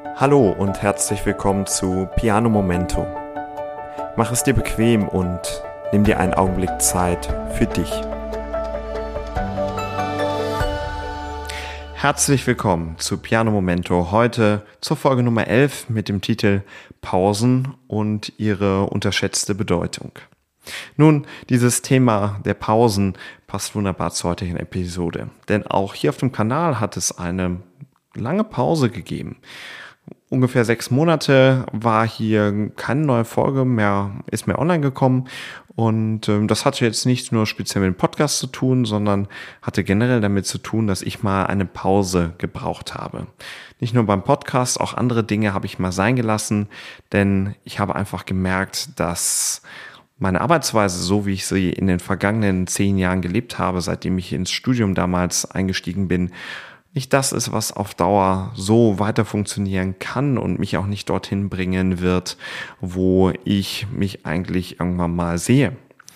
Hallo und herzlich willkommen zu Piano Momento. Mach es dir bequem und nimm dir einen Augenblick Zeit für dich. Herzlich willkommen zu Piano Momento, heute zur Folge Nummer 11 mit dem Titel Pausen und ihre unterschätzte Bedeutung. Nun, dieses Thema der Pausen passt wunderbar zur heutigen Episode, denn auch hier auf dem Kanal hat es eine lange Pause gegeben. Ungefähr 6 Monate war hier keine neue Folge mehr, ist mehr online gekommen und das hatte jetzt nicht nur speziell mit dem Podcast zu tun, sondern hatte generell damit zu tun, dass ich mal eine Pause gebraucht habe. Nicht nur beim Podcast, auch andere Dinge habe ich mal sein gelassen, denn ich habe einfach gemerkt, dass meine Arbeitsweise, so wie ich sie in den vergangenen 10 Jahren gelebt habe, seitdem ich ins Studium damals eingestiegen bin, nicht das ist, was auf Dauer so weiter funktionieren kann und mich auch nicht dorthin bringen wird, wo ich mich eigentlich irgendwann mal sehe.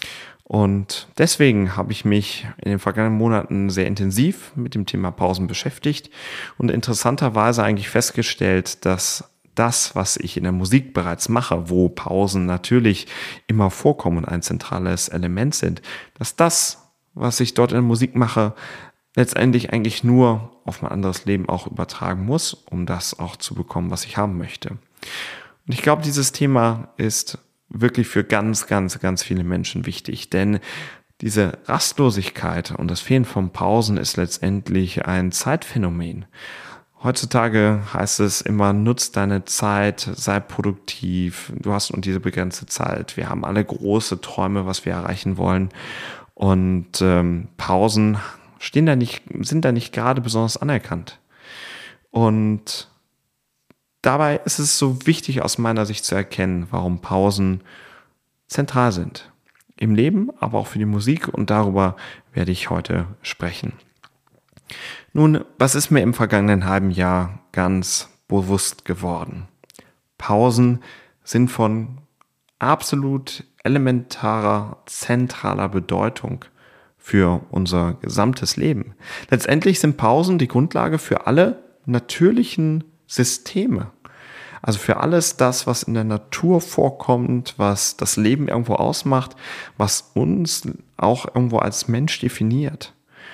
Und deswegen habe ich mich in den vergangenen Monaten sehr intensiv mit dem Thema Pausen beschäftigt und interessanterweise eigentlich festgestellt, dass das, was ich in der Musik bereits mache, wo Pausen natürlich immer vorkommen und ein zentrales Element sind, dass das, was ich dort in der Musik mache, letztendlich eigentlich nur auf mein anderes Leben auch übertragen muss, um das auch zu bekommen, was ich haben möchte. Und ich glaube, dieses Thema ist wirklich für ganz viele Menschen wichtig, denn diese Rastlosigkeit und das Fehlen von Pausen ist letztendlich ein Zeitphänomen. Heutzutage heißt es immer, nutz deine Zeit, sei produktiv, du hast nur diese begrenzte Zeit. Wir haben alle große Träume, was wir erreichen wollen und Pausen sind da nicht gerade besonders anerkannt. Und dabei ist es so wichtig aus meiner Sicht zu erkennen, warum Pausen zentral sind. Im Leben, aber auch für die Musik, und darüber werde ich heute sprechen. Nun, was ist mir im vergangenen halben Jahr ganz bewusst geworden? Pausen sind von absolut elementarer, zentraler Bedeutung für unser gesamtes Leben. Letztendlich sind Pausen die Grundlage für alle natürlichen Systeme. Also für alles das, was in der Natur vorkommt, was das Leben irgendwo ausmacht, was uns auch irgendwo als Mensch definiert.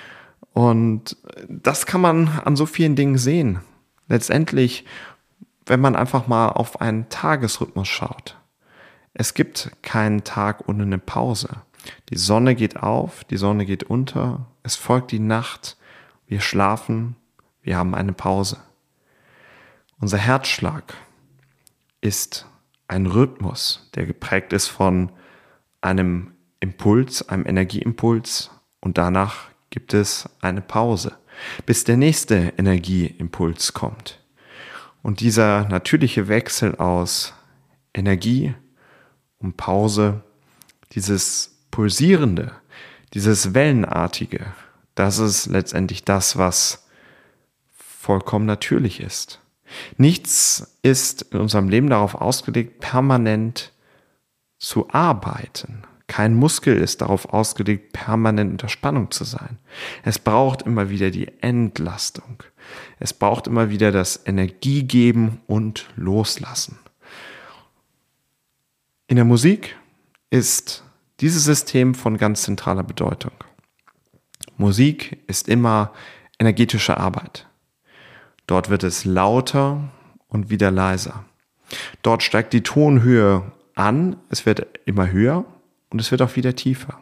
Und das kann man an so vielen Dingen sehen. Letztendlich, wenn man einfach mal auf einen Tagesrhythmus schaut. Es gibt keinen Tag ohne eine Pause. Die Sonne geht auf, die Sonne geht unter, es folgt die Nacht, wir schlafen, wir haben eine Pause. Unser Herzschlag ist ein Rhythmus, der geprägt ist von einem Impuls, einem Energieimpuls, und danach gibt es eine Pause, bis der nächste Energieimpuls kommt. Und dieser natürliche Wechsel aus Energie und Pause, dieses Pulsierende, dieses Wellenartige, das ist letztendlich das, was vollkommen natürlich ist. Nichts ist in unserem Leben darauf ausgelegt, permanent zu arbeiten. Kein Muskel ist darauf ausgelegt, permanent unter Spannung zu sein. Es braucht immer wieder die Entlastung. Es braucht immer wieder das Energiegeben und Loslassen. In der Musik ist dieses System von ganz zentraler Bedeutung. Musik ist immer energetische Arbeit. Dort wird es lauter und wieder leiser. Dort steigt die Tonhöhe an, es wird immer höher und es wird auch wieder tiefer.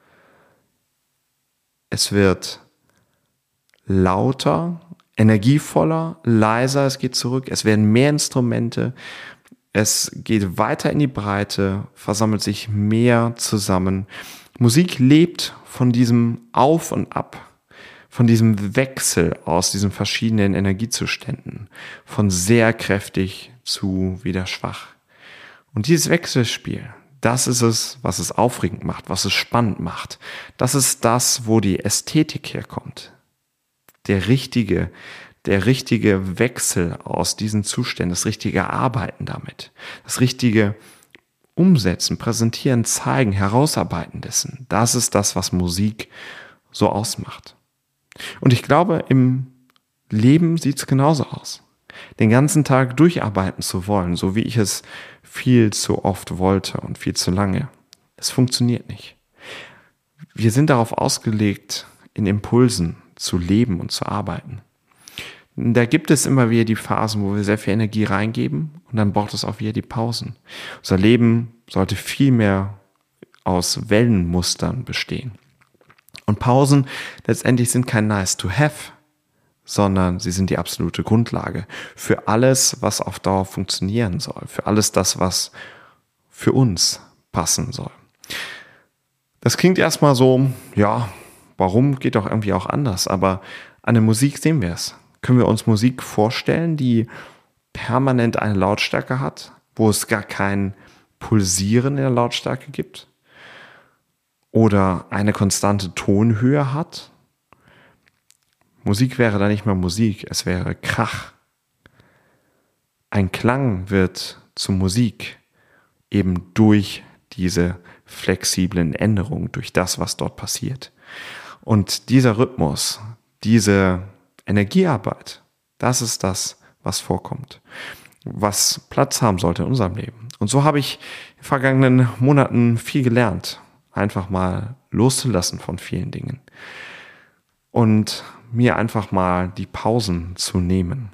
Es wird lauter, energievoller, leiser, es geht zurück, es werden mehr Instrumente, es geht weiter in die Breite, versammelt sich mehr zusammen. Musik lebt von diesem Auf und Ab, von diesem Wechsel aus diesen verschiedenen Energiezuständen, von sehr kräftig zu wieder schwach. Und dieses Wechselspiel, das ist es, was es aufregend macht, was es spannend macht. Das ist das, wo die Ästhetik herkommt. Der richtige Wechsel aus diesen Zuständen, das richtige Arbeiten damit, das richtige Umsetzen, Präsentieren, Zeigen, Herausarbeiten dessen. Das ist das, was Musik so ausmacht. Und ich glaube, im Leben sieht es genauso aus. den ganzen Tag durcharbeiten zu wollen, so wie ich es viel zu oft wollte und viel zu lange. Es funktioniert nicht. Wir sind darauf ausgelegt, in Impulsen zu leben und zu arbeiten. Da gibt es immer wieder die Phasen, wo wir sehr viel Energie reingeben und dann braucht es auch wieder die Pausen. Unser Leben sollte viel mehr aus Wellenmustern bestehen. Und Pausen letztendlich sind kein nice to have, sondern sie sind die absolute Grundlage für alles, was auf Dauer funktionieren soll, für alles das, was für uns passen soll. Das klingt erstmal so, ja, warum geht doch irgendwie auch anders, aber an der Musik sehen wir es. Können wir uns Musik vorstellen, die permanent eine Lautstärke hat, wo es gar kein Pulsieren in der Lautstärke gibt? Oder eine konstante Tonhöhe hat? Musik wäre da nicht mehr Musik, es wäre Krach. Ein Klang wird zu Musik eben durch diese flexiblen Änderungen, durch das, was dort passiert. Und dieser Rhythmus, diese Energiearbeit, das ist das, was vorkommt, was Platz haben sollte in unserem Leben. Und so habe ich in den vergangenen Monaten viel gelernt, einfach mal loszulassen von vielen Dingen und mir einfach mal die Pausen zu nehmen.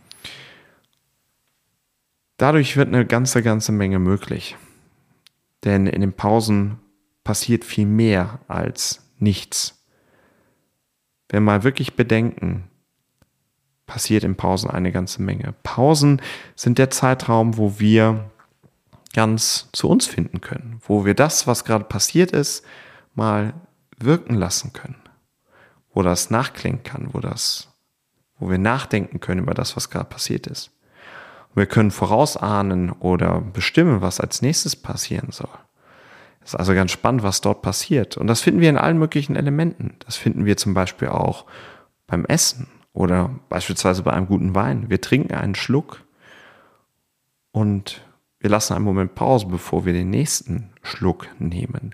Dadurch wird eine ganze Menge möglich. Denn in den Pausen passiert viel mehr als nichts. Wenn wir mal wirklich bedenken, passiert in Pausen eine ganze Menge. Pausen sind der Zeitraum, wo wir ganz zu uns finden können, wo wir das, was gerade passiert ist, mal wirken lassen können, wo das nachklingen kann, wo wir nachdenken können über das, was gerade passiert ist. Wir können vorausahnen oder bestimmen, was als nächstes passieren soll. Es ist also ganz spannend, was dort passiert. Und das finden wir in allen möglichen Elementen. Das finden wir zum Beispiel auch beim Essen oder beispielsweise bei einem guten Wein. Wir trinken einen Schluck und wir lassen einen Moment Pause, bevor wir den nächsten Schluck nehmen.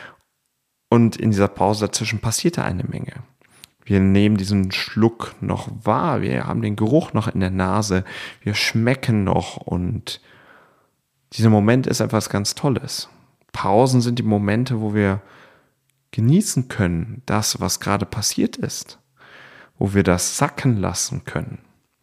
Und in dieser Pause dazwischen passiert da eine Menge. Wir nehmen diesen Schluck noch wahr, wir haben den Geruch noch in der Nase, wir schmecken noch und dieser Moment ist etwas ganz Tolles. Pausen sind die Momente, wo wir genießen können, das, was gerade passiert ist, wo wir das sacken lassen können.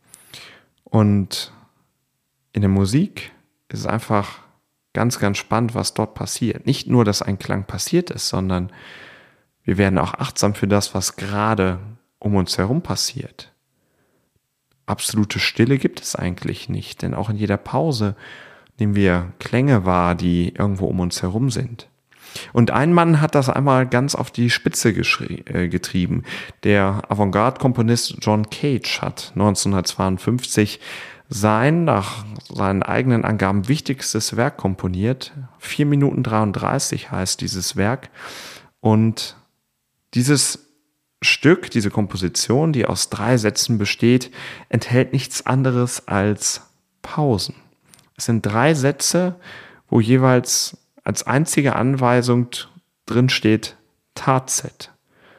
Und in der Musik ist es einfach ganz spannend, was dort passiert. Nicht nur, dass ein Klang passiert ist, sondern wir werden auch achtsam für das, was gerade um uns herum passiert. Absolute Stille gibt es eigentlich nicht, denn auch in jeder Pause nehmen wir Klänge wahr, die irgendwo um uns herum sind. Und ein Mann hat das einmal ganz auf die Spitze getrieben. Der Avantgarde-Komponist John Cage hat 1952 nach seinen eigenen Angaben wichtigstes Werk komponiert. 4 Minuten 33 heißt dieses Werk. Und dieses Stück, diese Komposition, die aus 3 Sätzen besteht, enthält nichts anderes als Pausen. Es sind 3 Sätze, wo jeweils als einzige Anweisung drin steht Tazet.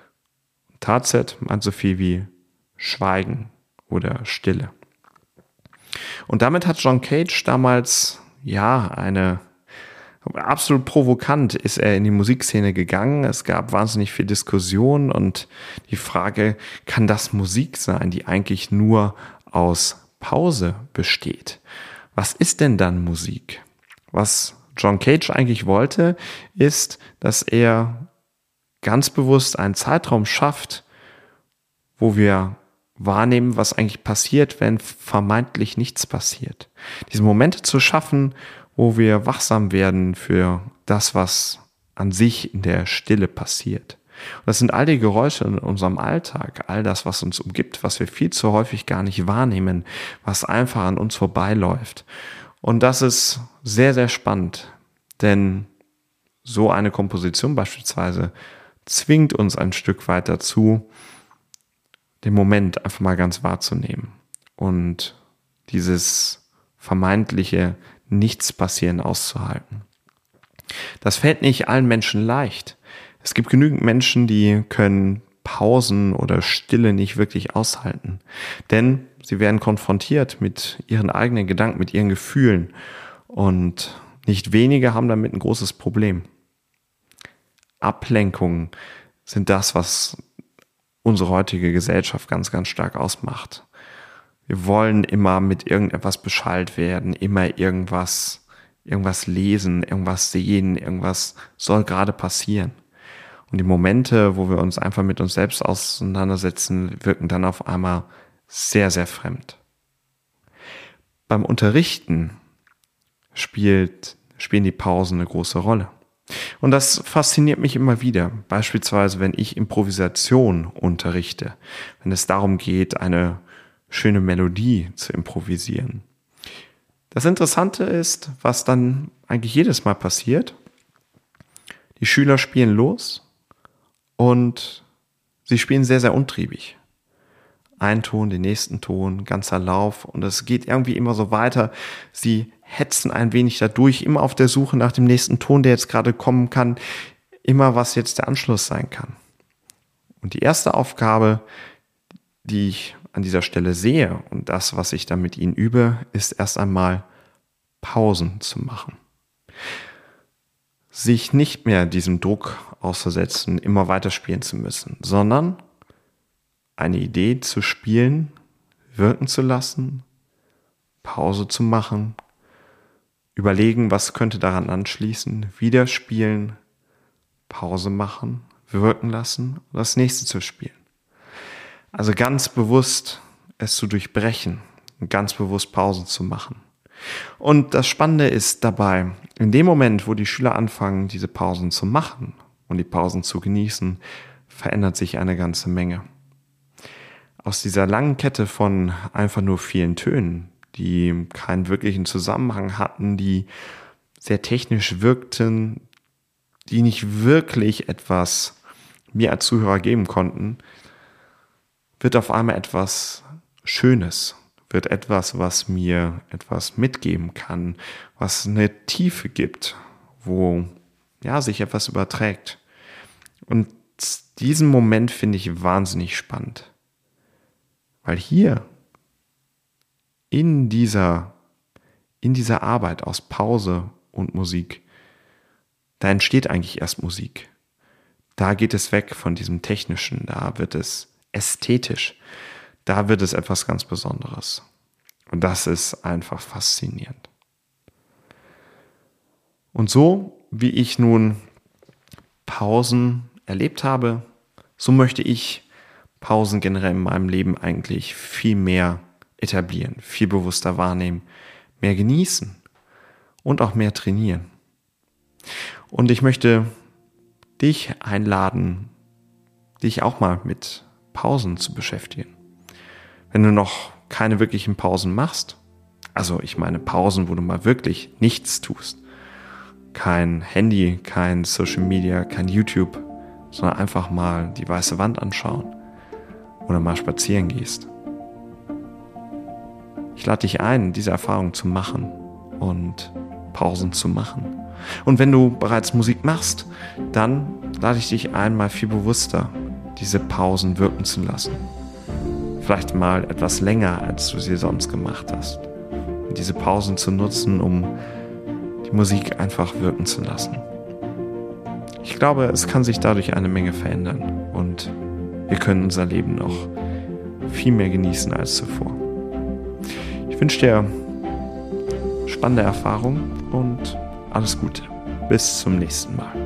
Tazet meint so viel wie Schweigen oder Stille. Und damit hat John Cage damals, absolut provokant ist er in die Musikszene gegangen. Es gab wahnsinnig viel Diskussion und die Frage, kann das Musik sein, die eigentlich nur aus Pause besteht? Was ist denn dann Musik? Was John Cage eigentlich wollte, ist, dass er ganz bewusst einen Zeitraum schafft, wo wir wahrnehmen, was eigentlich passiert, wenn vermeintlich nichts passiert. Diese Momente zu schaffen, wo wir wachsam werden für das, was an sich in der Stille passiert. Und das sind all die Geräusche in unserem Alltag, all das, was uns umgibt, was wir viel zu häufig gar nicht wahrnehmen, was einfach an uns vorbeiläuft. Und das ist sehr spannend, denn so eine Komposition beispielsweise zwingt uns ein Stück weit dazu, den Moment einfach mal ganz wahrzunehmen und dieses vermeintliche Nichts-Passieren auszuhalten. Das fällt nicht allen Menschen leicht. Es gibt genügend Menschen, die können Pausen oder Stille nicht wirklich aushalten. Denn, sie werden konfrontiert mit ihren eigenen Gedanken, mit ihren Gefühlen. Und nicht wenige haben damit ein großes Problem. Ablenkungen sind das, was unsere heutige Gesellschaft ganz, ganz stark ausmacht. Wir wollen immer mit irgendetwas beschallt werden, immer irgendwas lesen, irgendwas sehen, irgendwas soll gerade passieren. Und die Momente, wo wir uns einfach mit uns selbst auseinandersetzen, wirken dann auf einmal sehr, sehr fremd. Beim Unterrichten spielen die Pausen eine große Rolle. Und das fasziniert mich immer wieder. Beispielsweise, wenn ich Improvisation unterrichte, wenn es darum geht, eine schöne Melodie zu improvisieren. Das Interessante ist, was dann eigentlich jedes Mal passiert. Die Schüler spielen los und sie spielen sehr, sehr untriebig. Ein Ton, den nächsten Ton, ganzer Lauf und es geht irgendwie immer so weiter. Sie hetzen ein wenig dadurch, immer auf der Suche nach dem nächsten Ton, der jetzt gerade kommen kann, immer was jetzt der Anschluss sein kann. Und die erste Aufgabe, die ich an dieser Stelle sehe und das, was ich dann mit ihnen übe, ist erst einmal Pausen zu machen. Sich nicht mehr diesem Druck auszusetzen, immer weiterspielen zu müssen, sondern eine Idee zu spielen, wirken zu lassen, Pause zu machen, überlegen, was könnte daran anschließen, wieder spielen, Pause machen, wirken lassen und das nächste zu spielen. Also ganz bewusst es zu durchbrechen und ganz bewusst Pausen zu machen. Und das Spannende ist dabei, in dem Moment, wo die Schüler anfangen, diese Pausen zu machen und die Pausen zu genießen, verändert sich eine ganze Menge. Aus dieser langen Kette von einfach nur vielen Tönen, die keinen wirklichen Zusammenhang hatten, die sehr technisch wirkten, die nicht wirklich etwas mir als Zuhörer geben konnten, wird auf einmal etwas Schönes, wird etwas, was mir etwas mitgeben kann, was eine Tiefe gibt, wo sich etwas überträgt. Und diesen Moment finde ich wahnsinnig spannend. Weil hier in dieser Arbeit aus Pause und Musik, da entsteht eigentlich erst Musik. Da geht es weg von diesem Technischen, da wird es ästhetisch, da wird es etwas ganz Besonderes. Und das ist einfach faszinierend. Und so, wie ich nun Pausen erlebt habe, so möchte ich Pausen generell in meinem Leben eigentlich viel mehr etablieren, viel bewusster wahrnehmen, mehr genießen und auch mehr trainieren. Und ich möchte dich einladen, dich auch mal mit Pausen zu beschäftigen. Wenn du noch keine wirklichen Pausen machst, also ich meine Pausen, wo du mal wirklich nichts tust, kein Handy, kein Social Media, kein YouTube, sondern einfach mal die weiße Wand anschauen oder mal spazieren gehst. Ich lade dich ein, diese Erfahrung zu machen und Pausen zu machen. Und wenn du bereits Musik machst, dann lade ich dich ein, mal viel bewusster diese Pausen wirken zu lassen. Vielleicht mal etwas länger, als du sie sonst gemacht hast. Und diese Pausen zu nutzen, um die Musik einfach wirken zu lassen. Ich glaube, es kann sich dadurch eine Menge verändern und wir können unser Leben noch viel mehr genießen als zuvor. Ich wünsche dir spannende Erfahrungen und alles Gute. Bis zum nächsten Mal.